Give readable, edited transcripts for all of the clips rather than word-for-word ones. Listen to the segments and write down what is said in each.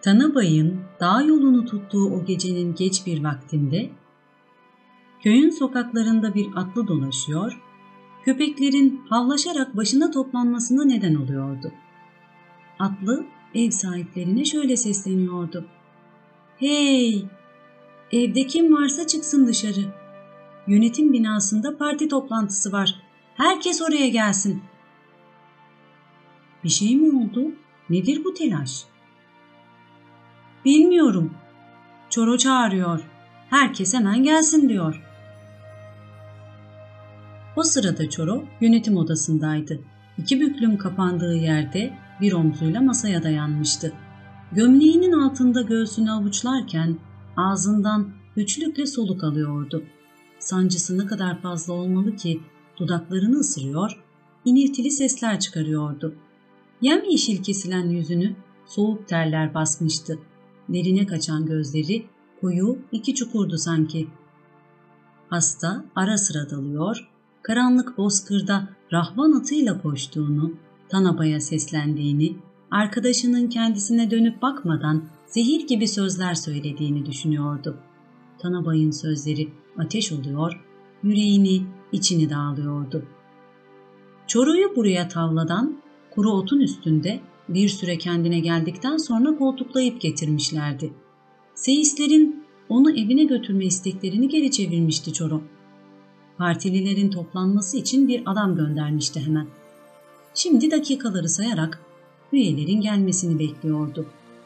Tanabay'ın dağ yolunu tuttuğu o gecenin geç bir vaktinde köyün sokaklarında bir atlı dolaşıyor, köpeklerin havlaşarak başına toplanmasına neden oluyordu. Atlı ev sahiplerine şöyle sesleniyordu: "Hey! Evde kim varsa çıksın dışarı. Yönetim binasında parti toplantısı var. Herkes oraya gelsin." "Bir şey mi oldu? Nedir bu telaş?" "Bilmiyorum. Çoro çağırıyor. Herkes hemen gelsin diyor." O sırada Çoro yönetim odasındaydı. İki büklüm kapandığı yerde bir omzuyla masaya dayanmıştı. Gömleğinin altında göğsünü avuçlarken ağzından güçlükle soluk alıyordu. Sancısı ne kadar fazla olmalı ki dudaklarını ısırıyor, iniltili sesler çıkarıyordu. Yemyeşil kesilen yüzünü soğuk terler basmıştı. Derine kaçan gözleri koyu iki çukurdu sanki. Hasta ara sıra dalıyor, karanlık bozkırda rahvan atıyla koştuğunu, Tanabay'a seslendiğini, arkadaşının kendisine dönüp bakmadan zehir gibi sözler söylediğini düşünüyordu. Tanabay'ın sözleri ateş oluyor, yüreğini, içini dağılıyordu. Çoro'yu buraya tavladan, kuru otun üstünde bir süre kendine geldikten sonra koltuklayıp getirmişlerdi. Seyislerin onu evine götürme isteklerini geri çevirmişti Çoro. Partililerin toplanması için bir adam göndermişti hemen. Şimdi dakikaları sayarak üyelerin gelmesini bekliyordu.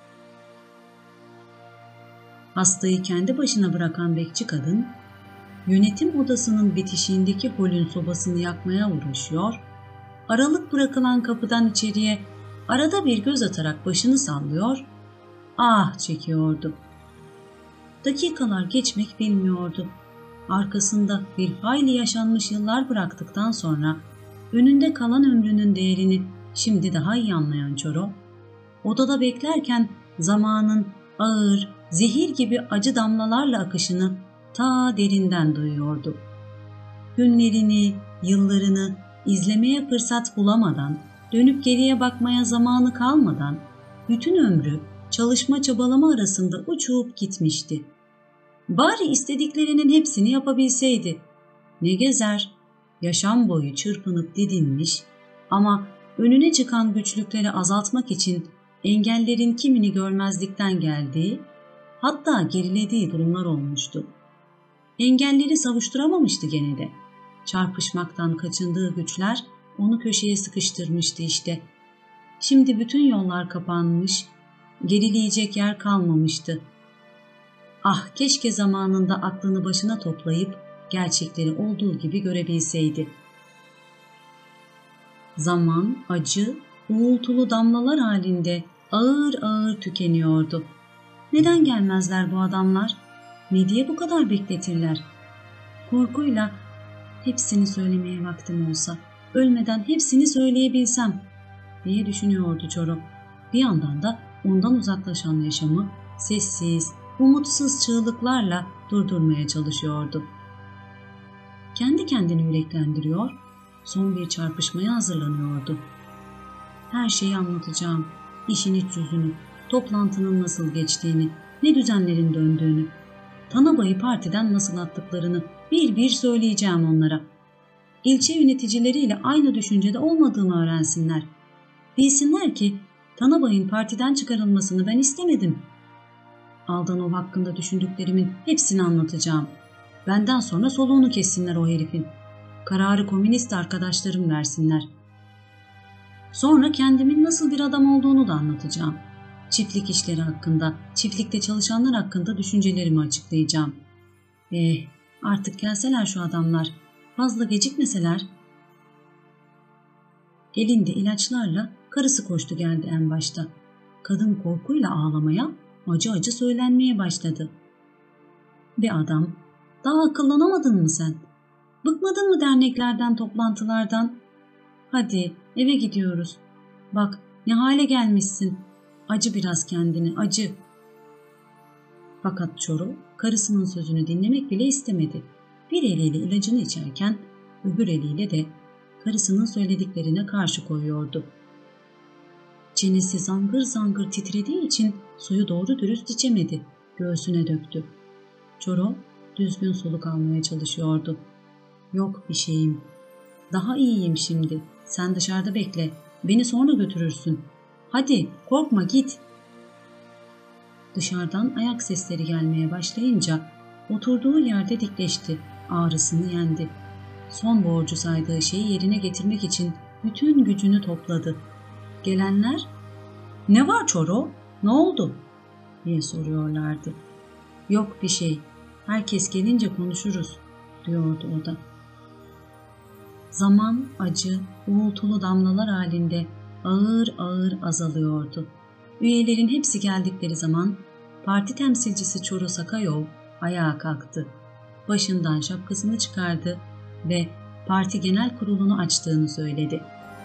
Hastayı kendi başına bırakan bekçi kadın, yönetim odasının bitişiğindeki holün sobasını yakmaya uğraşıyor, aralık bırakılan kapıdan içeriye arada bir göz atarak başını sallıyor, ah çekiyordu. Dakikalar geçmek bilmiyordu. Arkasında bir hayli yaşanmış yıllar bıraktıktan sonra önünde kalan ömrünün değerini şimdi daha iyi anlayan Çoro, odada beklerken zamanın ağır, zehir gibi acı damlalarla akışını ta derinden duyuyordu. Günlerini, yıllarını izlemeye fırsat bulamadan, dönüp geriye bakmaya zamanı kalmadan, bütün ömrü çalışma çabalama arasında uçup gitmişti. Bari istediklerinin hepsini yapabilseydi. Ne gezer, yaşam boyu çırpınıp didinmiş ama önüne çıkan güçlükleri azaltmak için engellerin kimini görmezlikten geldiği, hatta gerilediği durumlar olmuştu. Engelleri savuşturamamıştı gene de. Çarpışmaktan kaçındığı güçler onu köşeye sıkıştırmıştı işte. Şimdi bütün yollar kapanmış, gerileyecek yer kalmamıştı. Ah keşke zamanında aklını başına toplayıp gerçekleri olduğu gibi görebilseydi. Zaman, acı, uğultulu damlalar halinde ağır ağır tükeniyordu. Neden gelmezler bu adamlar? Ne diye bu kadar bekletirler? Korkuyla hepsini söylemeye vaktim olsa, ölmeden hepsini söyleyebilsem diye düşünüyordu Çoro. Bir yandan da ondan uzaklaşan yaşamı sessiz, umutsuz çığlıklarla durdurmaya çalışıyordu. Kendi kendini yüreklendiriyor, son bir çarpışmaya hazırlanıyordu. Her şeyi anlatacağım, işin iç yüzünü, toplantının nasıl geçtiğini, ne düzenlerin döndüğünü, Tanabay'ı partiden nasıl attıklarını bir bir söyleyeceğim onlara. İlçe yöneticileriyle aynı düşüncede olmadığımı öğrensinler. Bilsinler ki Tanabay'ın partiden çıkarılmasını ben istemedim. Aldanov hakkında düşündüklerimin hepsini anlatacağım. Benden sonra soluğunu kessinler o herifin. Kararı komünist arkadaşlarım versinler. Sonra kendimin nasıl bir adam olduğunu da anlatacağım. Çiftlik işleri hakkında, çiftlikte çalışanlar hakkında düşüncelerimi açıklayacağım. Artık gelseler şu adamlar, fazla gecikmeseler. Elinde ilaçlarla karısı koştu geldi en başta. Kadın korkuyla ağlamaya, acı acı söylenmeye başladı. Be adam, daha akıllanamadın mı sen? Bıkmadın mı derneklerden, toplantılardan? Hadi eve gidiyoruz. Bak ne hale gelmişsin. Acı biraz kendini, acı. Fakat Çoro karısının sözünü dinlemek bile istemedi. Bir eliyle ilacını içerken öbür eliyle de karısının söylediklerine karşı koyuyordu. Çenesi zangır zangır titrediği için suyu doğru dürüst içemedi. Göğsüne döktü. Çoro düzgün soluk almaya çalışıyordu. Yok bir şeyim. Daha iyiyim şimdi. Sen dışarıda bekle. Beni sonra götürürsün. Hadi korkma git. Dışarıdan ayak sesleri gelmeye başlayınca oturduğu yerde dikleşti. Ağrısını yendi. Son borcu saydığı şeyi yerine getirmek için bütün gücünü topladı. Gelenler "Ne var Çoro? Ne oldu?" diye soruyorlardı. "Yok bir şey. Herkes gelince konuşuruz," diyordu o da. Zaman acı, uğultulu damlalar halinde ağır ağır azalıyordu. Üyelerin hepsi geldikleri zaman parti temsilcisi Çoro Sakayov ayağa kalktı. Başından şapkasını çıkardı ve parti genel kurulunu açtığını söyledi.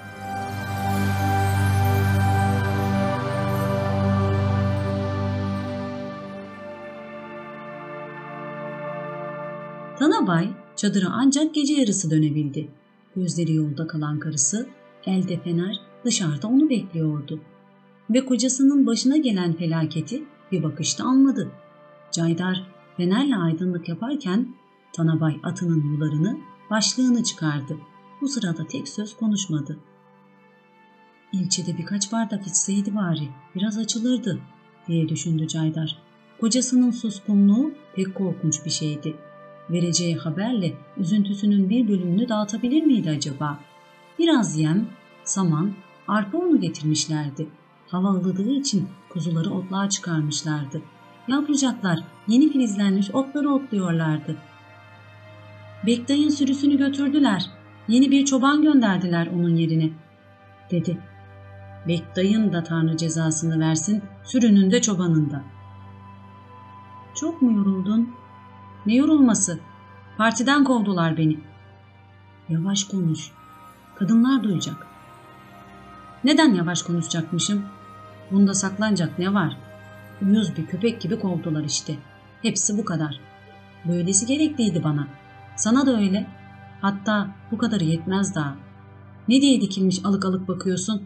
Tanabay çadıra ancak gece yarısı dönebildi. Gözleri yolda kalan karısı, elde fener, dışarıda onu bekliyordu. Ve kocasının başına gelen felaketi bir bakışta anladı. Caydar fenerle aydınlık yaparken Tanabay atının yularını, başlığını çıkardı. Bu sırada tek söz konuşmadı. "İlçede birkaç bardak içseydi bari, biraz açılırdı," diye düşündü Caydar. Kocasının suskunluğu pek korkunç bir şeydi. Vereceği haberle üzüntüsünün bir bölümünü dağıtabilir miydi acaba? Biraz yem, saman, arpa unu getirmişlerdi. Hava ılıdığı için kuzuları otluğa çıkarmışlardı. Yavrucaklar yeni filizlenmiş otları otluyorlardı. "Bektay'ın sürüsünü götürdüler. Yeni bir çoban gönderdiler onun yerine," dedi. "Bektay'ın da Tanrı cezasını versin, sürünün de çobanın da." "Çok mu yoruldun?" "Ne yorulması? Partiden kovdular beni." "Yavaş konuş. Kadınlar duyacak." "Neden yavaş konuşacakmışım? Bunda saklanacak ne var? Uyuz bir köpek gibi kovdular işte. Hepsi bu kadar. Böylesi gerekliydi bana. Sana da öyle. Hatta bu kadarı yetmez daha. Ne diye dikilmiş alık alık bakıyorsun?"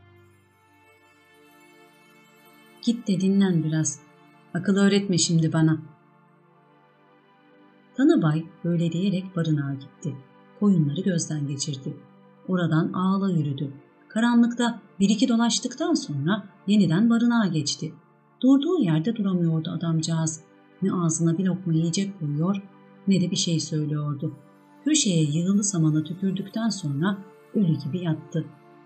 "Git de dinlen biraz. Akıl öğretme şimdi bana." Tanabay böyle diyerek barınağa gitti. Koyunları gözden geçirdi. Oradan ağla yürüdü. Karanlıkta bir iki dolaştıktan sonra yeniden barınağa geçti. Durduğu yerde duramıyordu adamcağız. Ne ağzına bir lokma yiyecek koyuyor ne de bir şey söylüyordu. Köşeye yığılı samana tükürdükten sonra ölü gibi yattı.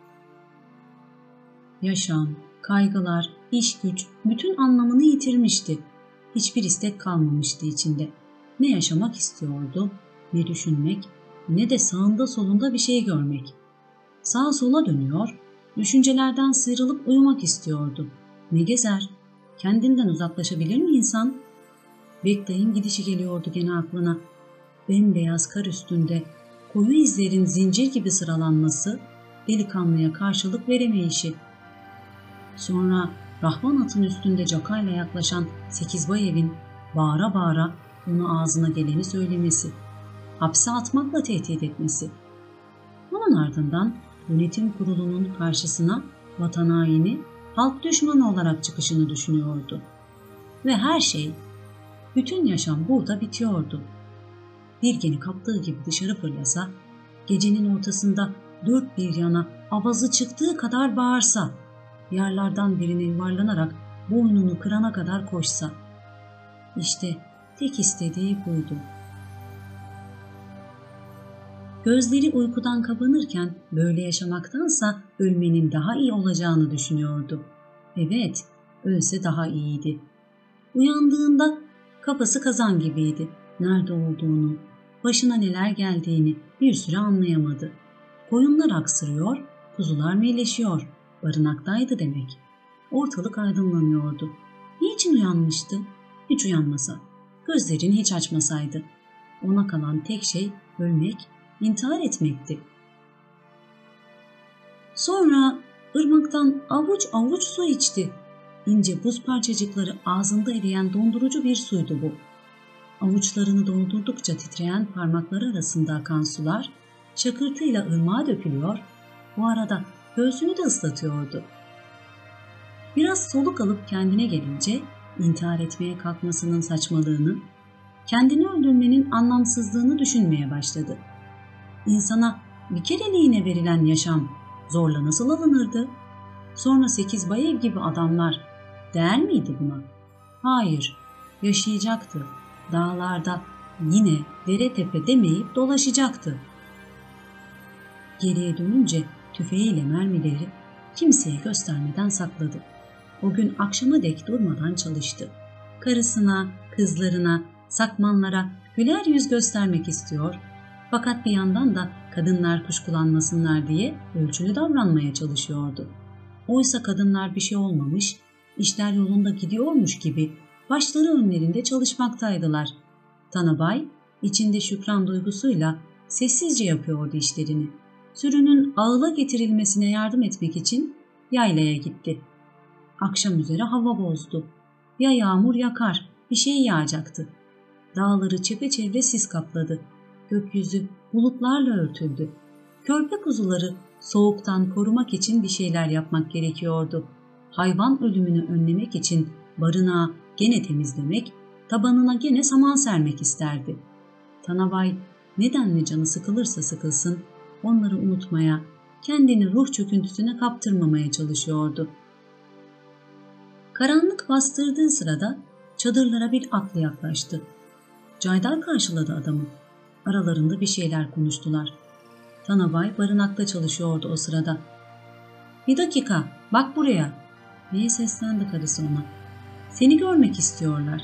Yaşam, kaygılar, iş güç bütün anlamını yitirmişti. Hiçbir istek kalmamıştı içinde. Ne yaşamak istiyordu, ne düşünmek, ne de sağında solunda bir şey görmek. Sağa sola dönüyor, düşüncelerden sıyrılıp uyumak istiyordu. Ne gezer? Kendinden uzaklaşabilir mi insan? Bektay'ın gidişi geliyordu gene aklına. Bembeyaz kar üstünde koyu izlerin zincir gibi sıralanması, delikanlıya karşılık veremeyişi. Sonra Rahman atın üstünde cakayla yaklaşan Sekizbayev'in bağıra bağıra onu ağzına geleni söylemesi, hapse atmakla tehdit etmesi. Onun ardından yönetim kurulunun karşısına vatan haini, halk düşmanı olarak çıkışını düşünüyordu. Ve her şey, bütün yaşam burada bitiyordu. Bir geni kaptığı gibi dışarı fırlasa, gecenin ortasında dört bir yana avazı çıktığı kadar bağırsa, yerlerden birine yuvarlanarak boynunu kırana kadar koşsa. İşte tek istediği buydu. Gözleri uykudan kapanırken böyle yaşamaktansa ölmenin daha iyi olacağını düşünüyordu. Evet, ölse daha iyiydi. Uyandığında kafası kazan gibiydi. Nerede olduğunu, başına neler geldiğini bir süre anlayamadı. Koyunlar aksırıyor, kuzular meyleşiyor. Barınaktaydı demek. Ortalık aydınlanıyordu. Niçin uyanmıştı? Hiç uyanmasa, gözlerini hiç açmasaydı. Ona kalan tek şey ölmek, intihar etmekti. Sonra ırmaktan avuç avuç su içti. İnce buz parçacıkları ağzında eriyen dondurucu bir suydu bu. Avuçlarını doldurdukça titreyen parmakları arasında akan sular şakırtıyla ırmağa dökülüyor, bu arada göğsünü de ıslatıyordu. Biraz soluk alıp kendine gelince intihar etmeye kalkmasının saçmalığını, kendini öldürmenin anlamsızlığını düşünmeye başladı. İnsana bir kereliğine verilen yaşam zorla nasıl alınırdı? Sonra 8 bay ev gibi adamlar değer miydi buna? Hayır, yaşayacaktı. Dağlarda yine dere tepe demeyip dolaşacaktı. Geriye dönünce tüfeğiyle mermileri kimseye göstermeden sakladı. O gün akşama dek durmadan çalıştı. Karısına, kızlarına, sakmanlara güler yüz göstermek istiyor. Fakat bir yandan da kadınlar kuşkulanmasınlar diye ölçülü davranmaya çalışıyordu. Oysa kadınlar bir şey olmamış, işler yolunda gidiyormuş gibi başları önlerinde çalışmaktaydılar. Tanabay içinde şükran duygusuyla sessizce yapıyordu işlerini. Sürünün ağıla getirilmesine yardım etmek için yaylaya gitti. Akşam üzere hava bozdu. Ya yağmur ya kar, bir şey yağacaktı. Dağları çepeçevre sis kapladı. Gökyüzü bulutlarla örtüldü. Körpe kuzuları soğuktan korumak için bir şeyler yapmak gerekiyordu. Hayvan ölümünü önlemek için barınağı gene temizlemek, tabanına gene saman sermek isterdi. Tanabay nedenle canı sıkılırsa sıkılsın onları unutmaya, kendini ruh çöküntüsüne kaptırmamaya çalışıyordu. Karanlık bastırdığı sırada çadırlara bir atlı yaklaştı. Caydar karşıladı adamı. Aralarında bir şeyler konuştular. Tanabay barınakta çalışıyordu o sırada. "Bir dakika, bak buraya," diye seslendi karısı ona. "Seni görmek istiyorlar."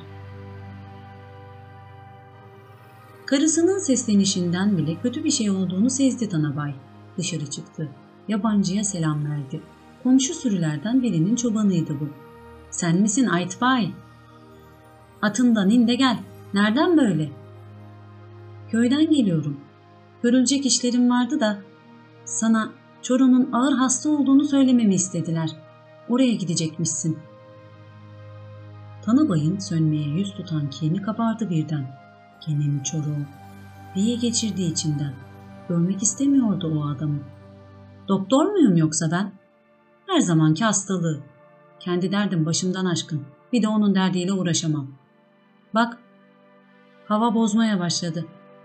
Karısının seslenişinden bile kötü bir şey olduğunu sezdi Tanabay. Dışarı çıktı. Yabancıya selam verdi. Komşu sürülerden birinin çobanıydı bu. "Sen misin Aytbay? Atından in de gel. Nereden böyle?" "Köyden geliyorum. Görülecek işlerim vardı da sana Çoron'un ağır hasta olduğunu söylememi istediler. Oraya gidecekmişsin." Tanabay'ın sönmeye yüz tutan kini kabardı birden. Gene mi Çoruğu diye geçirdi içinden. Görmek istemiyordu o adamı. "Doktor muyum yoksa ben? Her zamanki hastalığı. Kendi derdim başımdan aşkın. Bir de onun derdiyle uğraşamam. Bak, hava bozmaya başladı."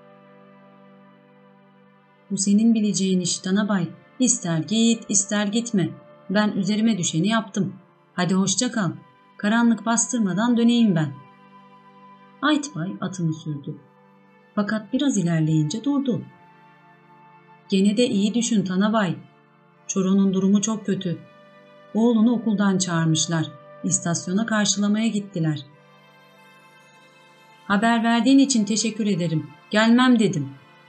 "Bu senin bileceğin iş Tanabay. İster git ister gitme. Ben üzerime düşeni yaptım. Hadi hoşça kal. Karanlık bastırmadan döneyim ben." Aytbay atını sürdü. Fakat biraz ilerleyince durdu. "Gene de iyi düşün Tanabay. Çoron'un durumu çok kötü. Oğlunu okuldan çağırmışlar. İstasyona karşılamaya gittiler." "Haber verdiğin için teşekkür ederim. Gelmem dedim."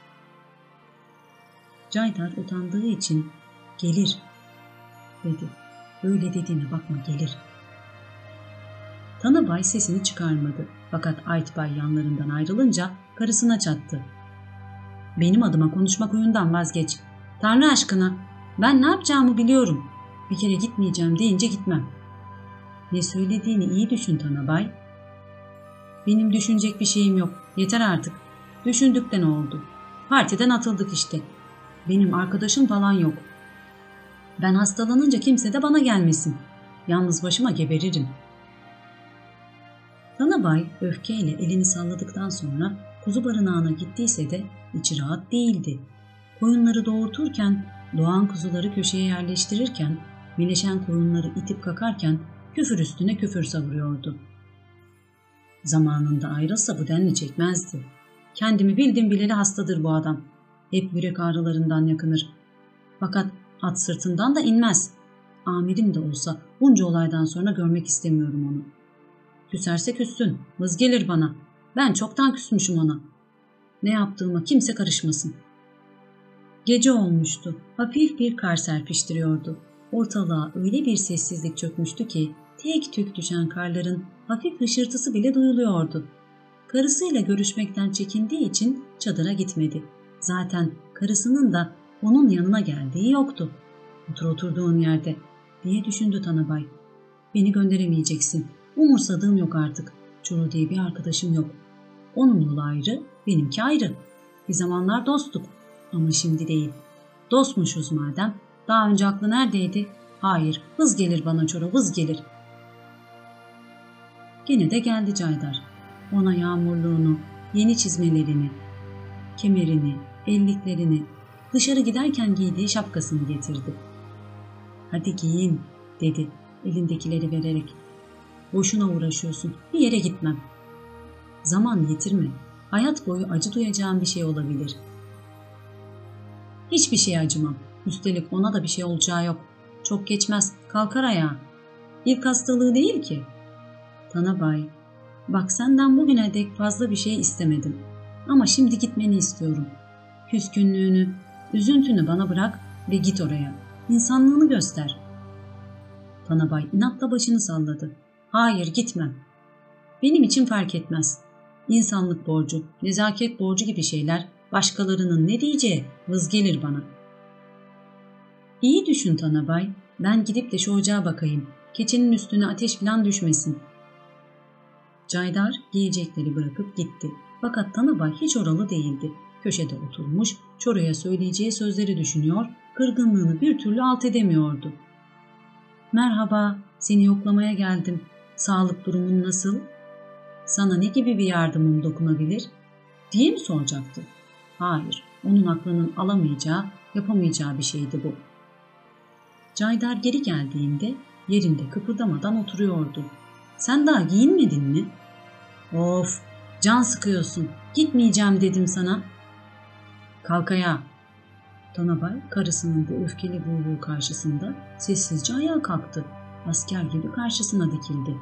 Caydar utandığı için "Gelir," dedi. "Öyle dediğine bakma, gelir." Tanabay sesini çıkarmadı. Fakat Aytbay yanlarından ayrılınca karısına çattı. "Benim adıma konuşmak oyundan vazgeç. Tanrı aşkına, ben ne yapacağımı biliyorum. Bir kere gitmeyeceğim deyince gitmem." "Ne söylediğini iyi düşün Tanabay." "Benim düşünecek bir şeyim yok. Yeter artık. Düşündük de ne oldu? Partiden atıldık işte. Benim arkadaşım falan yok. Ben hastalanınca kimse de bana gelmesin. Yalnız başıma geberirim." Tanabay öfkeyle elini salladıktan sonra kuzu barınağına gittiyse de içi rahat değildi. Koyunları doğurturken, doğan kuzuları köşeye yerleştirirken, birleşen koyunları itip kakarken küfür üstüne küfür savuruyordu. Zamanında ayrılsa bu denli çekmezdi. "Kendimi bildim bileli hastadır bu adam. Hep yürek ağrılarından yakınır. Fakat at sırtından da inmez. Amirim de olsa bunca olaydan sonra görmek istemiyorum onu. Küserse küssün, vız gelir bana. Ben çoktan küsmüşüm ona. Ne yaptığıma kimse karışmasın." Gece olmuştu. Hafif bir kar serpiştiriyordu. Ortalığa öyle bir sessizlik çökmüştü ki tek tük düşen karların hafif hışırtısı bile duyuluyordu. Karısıyla görüşmekten çekindiği için çadıra gitmedi. Zaten karısının da onun yanına geldiği yoktu. "Otur oturduğun yerde," diye düşündü Tanabay. "Beni gönderemeyeceksin. Umursadığım yok artık. Çoro diye bir arkadaşım yok. Onun yolu ayrı, benimki ayrı. Bir zamanlar dostuk ama şimdi değil. Dostmuşuz madem. Daha önce aklı neredeydi? Hayır, vız gelir bana Çoro, vız gelir. Gene de geldi Caydar. Ona yağmurluğunu, yeni çizmelerini, kemerini, elliklerini, dışarı giderken giydiği şapkasını getirdi. Hadi giyin dedi elindekileri vererek. Boşuna uğraşıyorsun, bir yere gitmem. Zaman yitirme, hayat boyu acı duyacağın bir şey olabilir. Hiçbir şeye acımam, üstelik ona da bir şey olacağı yok. Çok geçmez, kalkar ayağa. İlk hastalığı değil ki. Tanabay, bak senden bugüne dek fazla bir şey istemedim. Ama şimdi gitmeni istiyorum. Küskünlüğünü, üzüntünü bana bırak ve git oraya. İnsanlığını göster. Tanabay inatla başını salladı. Hayır, gitmem. Benim için fark etmez. İnsanlık borcu, nezaket borcu gibi şeyler başkalarının ne diyeceği vız gelir bana. İyi düşün Tanabay. Ben gidip de şu ocağa bakayım. Keçinin üstüne ateş falan düşmesin. Caydar giyecekleri bırakıp gitti. Fakat Tanabay hiç oralı değildi. Köşede oturmuş, Çoro'ya söyleyeceği sözleri düşünüyor, kırgınlığını bir türlü alt edemiyordu. Merhaba, seni yoklamaya geldim. Sağlık durumun nasıl? Sana ne gibi bir yardımım dokunabilir? Diye mi soracaktı? Hayır, onun aklının alamayacağı, yapamayacağı bir şeydi bu. Caydar geri geldiğinde yerinde kıpırdamadan oturuyordu. Sen daha giyinmedin mi? Of, can sıkıyorsun. Gitmeyeceğim dedim sana. Kalk ayağa. Tanabay karısının bu öfkeli buğuluğu karşısında sessizce ayağa kalktı. Asker gibi karşısına dikildi.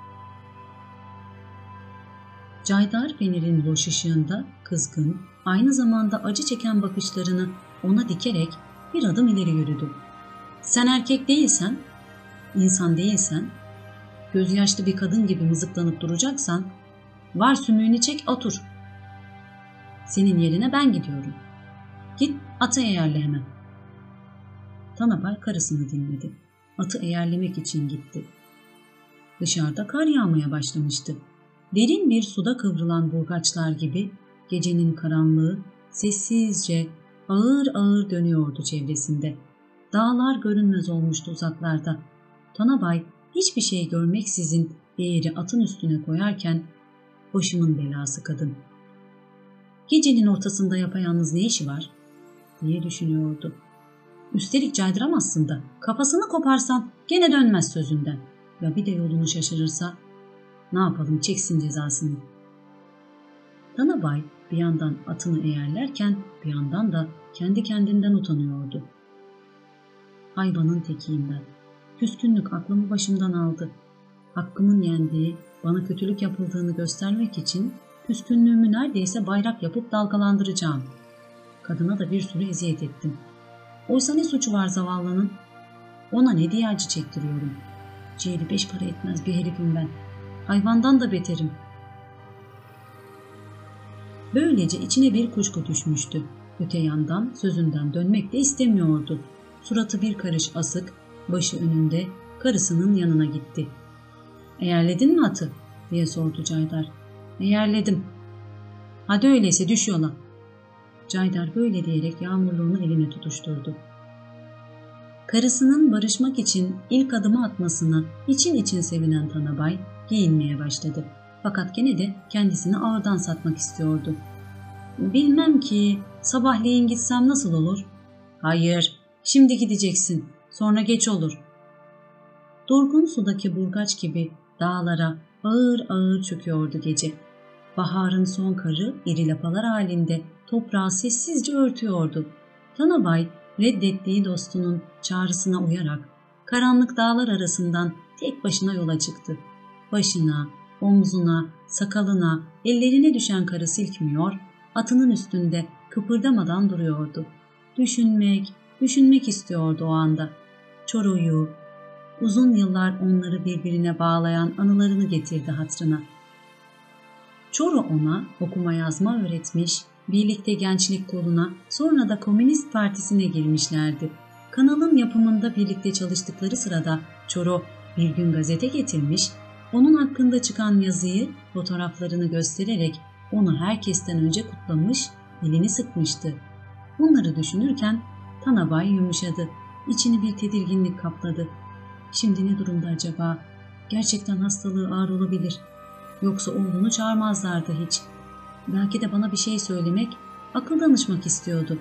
Caydar fenerin loş ışığında kızgın, aynı zamanda acı çeken bakışlarını ona dikerek bir adım ileri yürüdü. Sen erkek değilsen, insan değilsen, gözyaşlı bir kadın gibi mızıklanıp duracaksan, var sümüğünü çek otur. Senin yerine ben gidiyorum. Git atı eğerle hemen. Tanabay karısını dinledi. Atı eğerlemek için gitti. Dışarıda kar yağmaya başlamıştı. Derin bir suda kıvrılan burgaçlar gibi gecenin karanlığı sessizce ağır ağır dönüyordu çevresinde. Dağlar görünmez olmuştu uzaklarda. Tanabay hiçbir şey görmeksizin eğeri atın üstüne koyarken başımın belası kadın. Gecenin ortasında yapayalnız ne işi var diye düşünüyordu. Üstelik caydıramazsın da kafasını koparsan gene dönmez sözünden. Ya bir de yolunu şaşırırsa ne yapalım, çeksin cezasını. Tanabay bir yandan atını eğerlerken bir yandan da kendi kendinden utanıyordu. Hayvanın tekiyim ben. Küskünlük aklımı başımdan aldı. Hakkımın yendiği, bana kötülük yapıldığını göstermek için küskünlüğümü neredeyse bayrak yapıp dalgalandıracağım. Kadına da bir sürü eziyet ettim. Oysa ne suçu var zavallının? Ona ne diye acı çektiriyorum? Ciğeri 5 para etmez bir herifim ben. Hayvandan da beterim. Böylece içine bir kuşku düşmüştü. Öte yandan sözünden dönmek de istemiyordu. Suratı bir karış asık, başı önünde karısının yanına gitti. "Eğerledin mi atı?" diye sordu Caydar. "Eğerledim." "Hadi öyleyse düş yola." Caydar böyle diyerek yağmurluğunu eline tutuşturdu. Karısının barışmak için ilk adımı atmasına için için sevinen Tanabay giyinmeye başladı. Fakat gene de kendisini ağırdan satmak istiyordu. "Bilmem ki, sabahleyin gitsem nasıl olur?" "Hayır, şimdi gideceksin, sonra geç olur." Durgun sudaki burgaç gibi dağlara ağır ağır çöküyordu gece. Baharın son karı iri lapalar halinde toprağı sessizce örtüyordu. Tanabay reddettiği dostunun çağrısına uyarak karanlık dağlar arasından tek başına yola çıktı. Başına, omzuna, sakalına, ellerine düşen karı silkmiyor, atının üstünde kıpırdamadan duruyordu. Düşünmek istiyordu o anda. Çoro'yu, uzun yıllar onları birbirine bağlayan anılarını getirdi hatırına. Çoro ona okuma yazma öğretmiş, birlikte gençlik koluna, sonra da Komünist Partisi'ne girmişlerdi. Kanalın yapımında birlikte çalıştıkları sırada Çoro bir gün gazete getirmiş, onun hakkında çıkan yazıyı, fotoğraflarını göstererek onu herkesten önce kutlamış, elini sıkmıştı. Bunları düşünürken Tanabay yumuşadı. İçini bir tedirginlik kapladı. Şimdi ne durumda acaba? Gerçekten hastalığı ağır olabilir. Yoksa oğlunu çağırmazlardı hiç. Belki de bana bir şey söylemek, akıl danışmak istiyordu.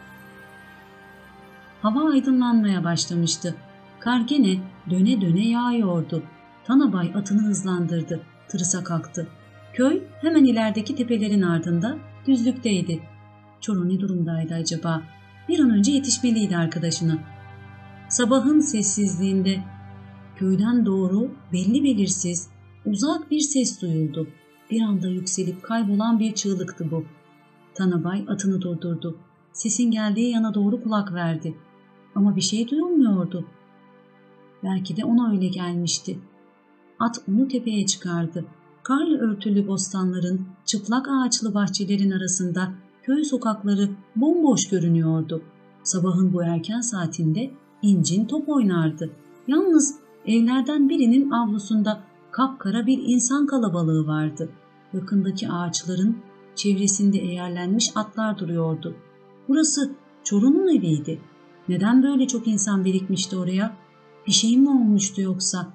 Hava aydınlanmaya başlamıştı. Kar gene döne döne yağıyordu. Tanabay atını hızlandırdı. Tırısa kalktı. Köy hemen ilerideki tepelerin ardında düzlükteydi. Çoro ne durumdaydı acaba? Bir an önce yetişmeliydi arkadaşına. Sabahın sessizliğinde köyden doğru belli belirsiz uzak bir ses duyuldu. Bir anda yükselip kaybolan bir çığlıktı bu. Tanabay atını durdurdu. Sesin geldiği yana doğru kulak verdi. Ama bir şey duyulmuyordu. Belki de ona öyle gelmişti. At onu tepeye çıkardı. Karla örtülü bostanların, çıplak ağaçlı bahçelerin arasında köy sokakları bomboş görünüyordu. Sabahın bu erken saatinde incin top oynardı. Yalnız evlerden birinin avlusunda kapkara bir insan kalabalığı vardı. Yakındaki ağaçların çevresinde eğerlenmiş atlar duruyordu. Burası Çoru'nun eviydi. Neden böyle çok insan birikmişti oraya? Bir şey mi olmuştu yoksa?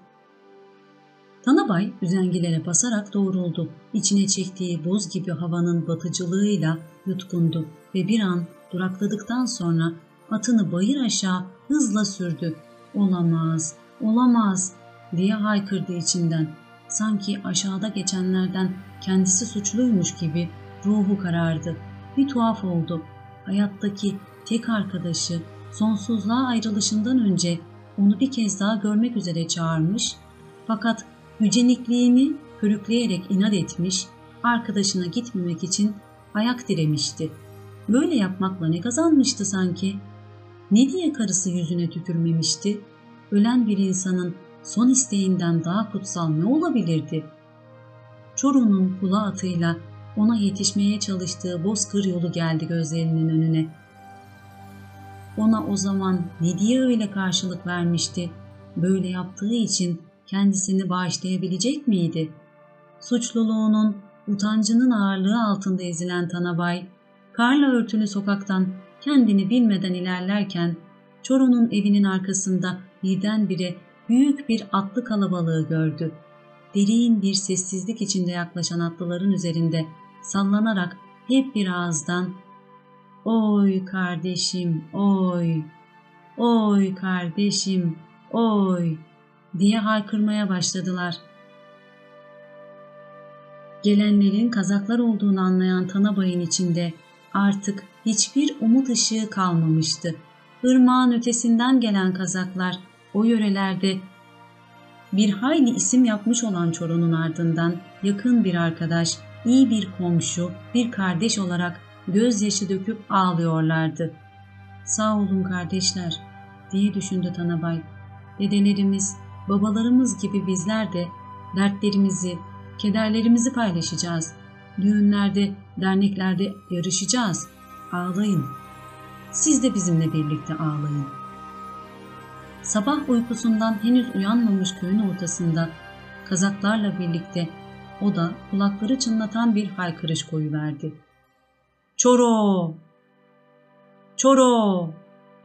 Tanabay üzengilere basarak doğruldu. İçine çektiği buz gibi havanın batıcılığıyla yutkundu ve bir an durakladıktan sonra atını bayır aşağı hızla sürdü. "Olamaz, olamaz!" diye haykırdı içinden. Sanki aşağıda geçenlerden kendisi suçluymuş gibi ruhu karardı. Bir tuhaf oldu. Hayattaki tek arkadaşı sonsuzluğa ayrılışından önce onu bir kez daha görmek üzere çağırmış, fakat yücenikliğini körükleyerek inat etmiş, arkadaşına gitmemek için ayak diremişti. Böyle yapmakla ne kazanmıştı sanki? Ne diye karısı yüzüne tükürmemişti? Ölen bir insanın son isteğinden daha kutsal ne olabilirdi? Çoru'nun kula atıyla ona yetişmeye çalıştığı bozkır yolu geldi gözlerinin önüne. Ona o zaman ne diye öyle karşılık vermişti? Böyle yaptığı için kendisini bağışlayabilecek miydi? Suçluluğunun, utancının ağırlığı altında ezilen Tanabay, karla örtülü sokaktan kendini bilmeden ilerlerken, Çoru'nun evinin arkasında birdenbire büyük bir atlı kalabalığı gördü. Derin bir sessizlik içinde yaklaşan atlıların üzerinde sallanarak hep bir ağızdan "Oy kardeşim, oy! Oy kardeşim, oy!" diye haykırmaya başladılar. Gelenlerin kazaklar olduğunu anlayan Tanabay'ın içinde artık hiçbir umut ışığı kalmamıştı. Irmağın ötesinden gelen kazaklar o yörelerde bir hayli isim yapmış olan Çoru'nun ardından yakın bir arkadaş, iyi bir komşu, bir kardeş olarak gözyaşı döküp ağlıyorlardı. "Sağ olun kardeşler," diye düşündü Tanabay. "Dedelerimiz, babalarımız gibi bizler de dertlerimizi, kederlerimizi paylaşacağız. Düğünlerde, derneklerde yarışacağız. Ağlayın. Siz de bizimle birlikte ağlayın." Sabah uykusundan henüz uyanmamış köyün ortasında kazaklarla birlikte o da kulakları çınlatan bir haykırış koyuverdi. "Çoro! Çoro!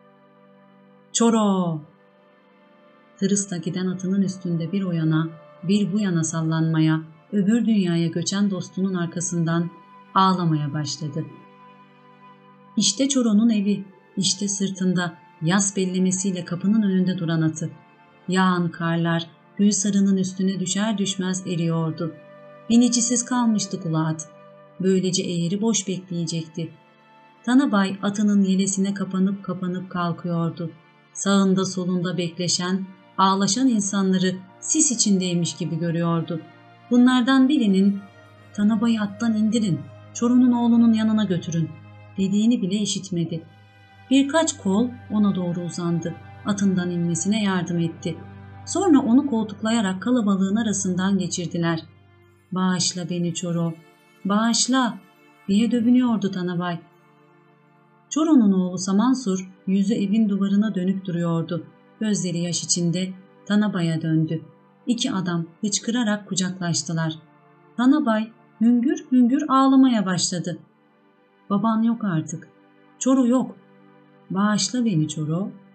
Çoro!" Tırısla giden atının üstünde bir o yana, bir bu yana sallanmaya, öbür dünyaya göçen dostunun arkasından ağlamaya başladı. İşte Çoro'nun evi, işte sırtında yas bellemesiyle kapının önünde duran atı. Yağan karlar Gülsarı'nın üstüne düşer düşmez eriyordu. Binicisiz kalmıştı kula at. Böylece eğri boş bekleyecekti. Tanabay atının yelesine kapanıp kapanıp kalkıyordu. Sağında solunda bekleşen, ağlaşan insanları sis içindeymiş gibi görüyordu. Bunlardan birinin "Tanabay'ı attan indirin, Çoru'nun oğlunun yanına götürün," dediğini bile işitmedi. Birkaç kol ona doğru uzandı. Atından inmesine yardım etti. Sonra onu koltuklayarak kalabalığın arasından geçirdiler. "Bağışla beni Çoro, bağışla," diye dövünüyordu Tanabay. Çoru'nun oğlu Samansur yüzü evin duvarına dönük duruyordu. Gözleri yaş içinde Tanabay'a döndü. İki adam hıçkırarak kucaklaştılar. Tanabay hüngür hüngür ağlamaya başladı. "Baban yok artık. Çoro yok. Bağışla beni Çoro."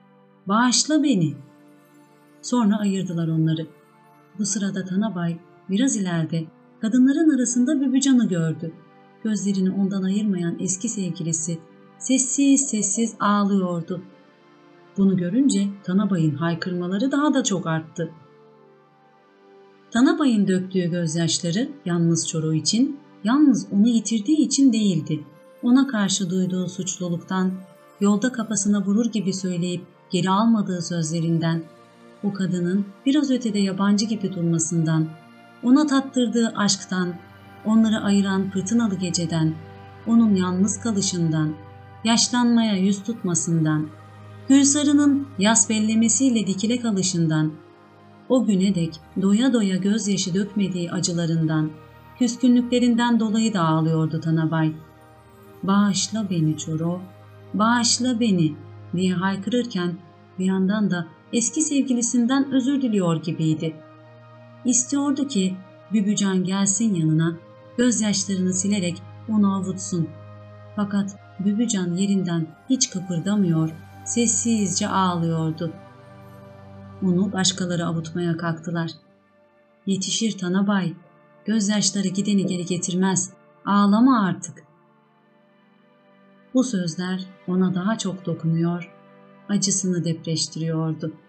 bağışla beni. Sonra ayırdılar onları. Bu sırada Tanabay biraz ileride kadınların arasında Bübücan'ı gördü. Gözlerini ondan ayırmayan eski sevgilisi sessiz sessiz ağlıyordu. Bunu görünce Tanabay'ın haykırmaları daha da çok arttı. Tanabay'ın döktüğü gözyaşları yalnız Çoro için, yalnız onu yitirdiği için değildi. Ona karşı duyduğu suçluluktan, yolda kafasına vurur gibi söyleyip geri almadığı sözlerinden, o kadının biraz ötede yabancı gibi durmasından, ona tattırdığı aşktan, onları ayıran fırtınalı geceden, onun yalnız kalışından, yaşlanmaya yüz tutmasından, Gülsarı'nın yas bellemesiyle dikile kalışından, o güne dek doya doya gözyaşı dökmediği acılarından, küskünlüklerinden dolayı da ağlıyordu Tanabay. "Bağışla beni Çoro, bağışla beni" diye haykırırken bir yandan da eski sevgilisinden özür diliyor gibiydi. İstiyordu ki Bübücan gelsin yanına, gözyaşlarını silerek onu avutsun. Fakat Bübücan yerinden hiç kıpırdamıyor, sessizce ağlıyordu. Onu başkaları avutmaya kalktılar. "Yetişir Tanabay, gözyaşları gideni geri getirmez, ağlama artık." Bu sözler ona daha çok dokunuyor, acısını depreştiriyordu.